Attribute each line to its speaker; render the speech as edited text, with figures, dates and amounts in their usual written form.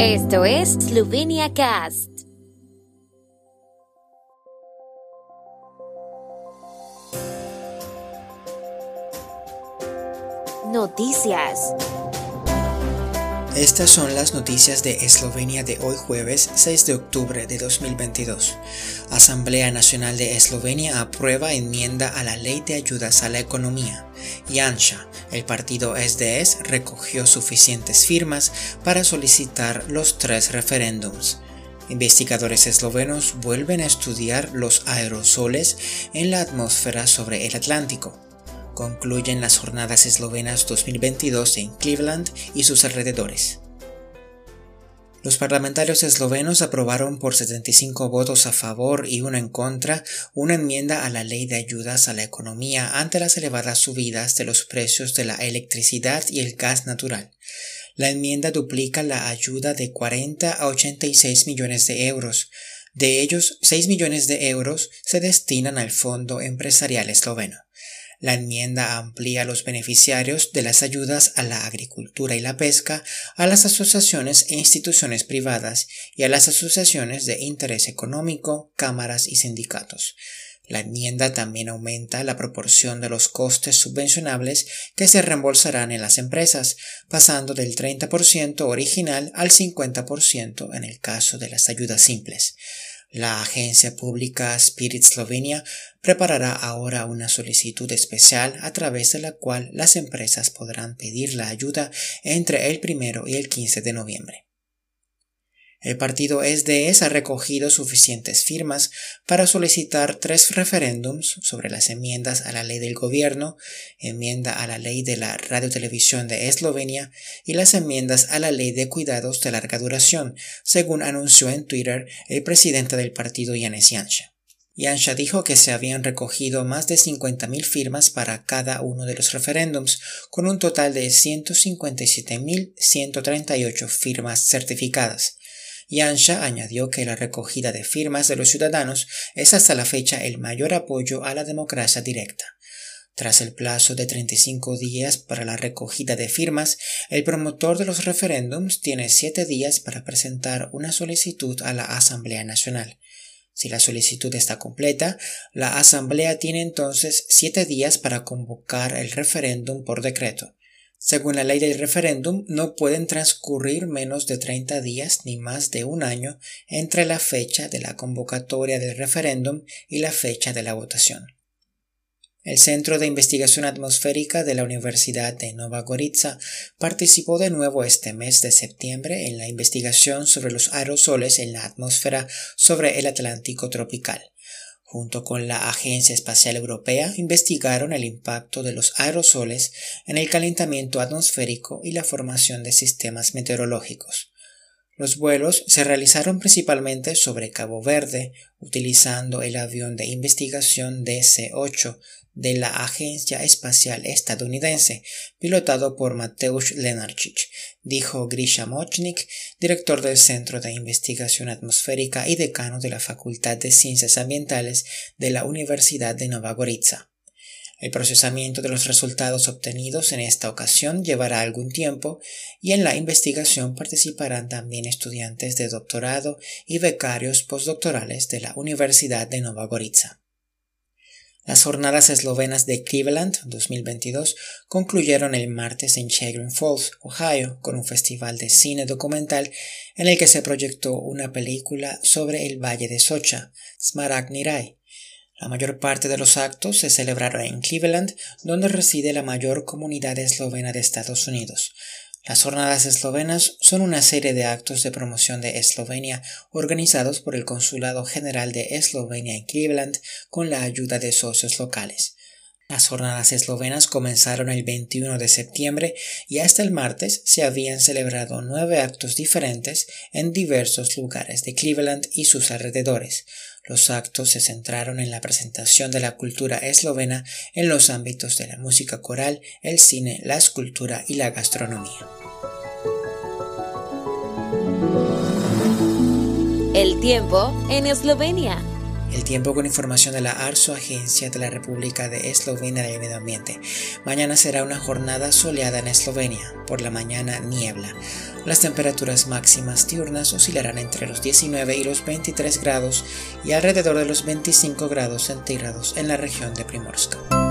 Speaker 1: Esto es Slovenia Cast. Noticias.
Speaker 2: Estas son las noticias de Eslovenia de hoy jueves 6 de octubre de 2022. Asamblea Nacional de Eslovenia aprueba enmienda a la Ley de Ayudas a la Economía. Janša, el partido SDS, recogió suficientes firmas para solicitar los 3 referéndums. Investigadores eslovenos vuelven a estudiar los aerosoles en la atmósfera sobre el Atlántico. Concluyen las jornadas eslovenas 2022 en Cleveland y sus alrededores. Los parlamentarios eslovenos aprobaron por 75 votos a favor y 1 en contra una enmienda a la Ley de Ayudas a la Economía ante las elevadas subidas de los precios de la electricidad y el gas natural. La enmienda duplica la ayuda de 40 a 86 millones de euros. De ellos, 6 millones de euros se destinan al Fondo Empresarial Esloveno. La enmienda amplía los beneficiarios de las ayudas a la agricultura y la pesca, a las asociaciones e instituciones privadas y a las asociaciones de interés económico, cámaras y sindicatos. La enmienda también aumenta la proporción de los costes subvencionables que se reembolsarán en las empresas, pasando del 30% original al 50% en el caso de las ayudas simples. La agencia pública Spirit Slovenia preparará ahora una solicitud especial a través de la cual las empresas podrán pedir la ayuda entre el 1 y el 15 de noviembre. El partido SDS ha recogido suficientes firmas para solicitar 3 referéndums sobre las enmiendas a la ley del gobierno, enmienda a la ley de la radiotelevisión de Eslovenia y las enmiendas a la ley de cuidados de larga duración, según anunció en Twitter el presidente del partido Janez Janša. Janša dijo que se habían recogido más de 50.000 firmas para cada uno de los referéndums, con un total de 157.138 firmas certificadas. Janša añadió que la recogida de firmas de los ciudadanos es hasta la fecha el mayor apoyo a la democracia directa. Tras el plazo de 35 días para la recogida de firmas, el promotor de los referéndums tiene 7 días para presentar una solicitud a la Asamblea Nacional. Si la solicitud está completa, la Asamblea tiene entonces 7 días para convocar el referéndum por decreto. Según la ley del referéndum, no pueden transcurrir menos de 30 días ni más de 1 año entre la fecha de la convocatoria del referéndum y la fecha de la votación. El Centro de Investigación Atmosférica de la Universidad de Nova Gorica participó de nuevo este mes de septiembre en la investigación sobre los aerosoles en la atmósfera sobre el Atlántico tropical. Junto con la Agencia Espacial Europea, investigaron el impacto de los aerosoles en el calentamiento atmosférico y la formación de sistemas meteorológicos. Los vuelos se realizaron principalmente sobre Cabo Verde, utilizando el avión de investigación DC-8 de la Agencia Espacial Estadounidense, pilotado por Mateusz Lenarčič, dijo Grisha Mochnik, director del Centro de Investigación Atmosférica y decano de la Facultad de Ciencias Ambientales de la Universidad de Nova Gorica. El procesamiento de los resultados obtenidos en esta ocasión llevará algún tiempo y en la investigación participarán también estudiantes de doctorado y becarios postdoctorales de la Universidad de Nova Gorica. Las jornadas eslovenas de Cleveland 2022 concluyeron el martes en Chagrin Falls, Ohio, con un festival de cine documental en el que se proyectó una película sobre el Valle de Socha, Smaragdni Raj. La mayor parte de los actos se celebraron en Cleveland, donde reside la mayor comunidad eslovena de Estados Unidos. Las jornadas eslovenas son una serie de actos de promoción de Eslovenia organizados por el Consulado General de Eslovenia en Cleveland con la ayuda de socios locales. Las jornadas eslovenas comenzaron el 21 de septiembre y hasta el martes se habían celebrado 9 actos diferentes en diversos lugares de Cleveland y sus alrededores. Los actos se centraron en la presentación de la cultura eslovena en los ámbitos de la música coral, el cine, la escultura y la gastronomía.
Speaker 1: El tiempo en Eslovenia.
Speaker 2: El tiempo con información de la ARSO, Agencia de la República de Eslovenia del Medio Ambiente. Mañana será una jornada soleada en Eslovenia. Por la mañana niebla. Las temperaturas máximas diurnas oscilarán entre los 19 y los 23 grados y alrededor de los 25 grados centígrados en la región de Primorska.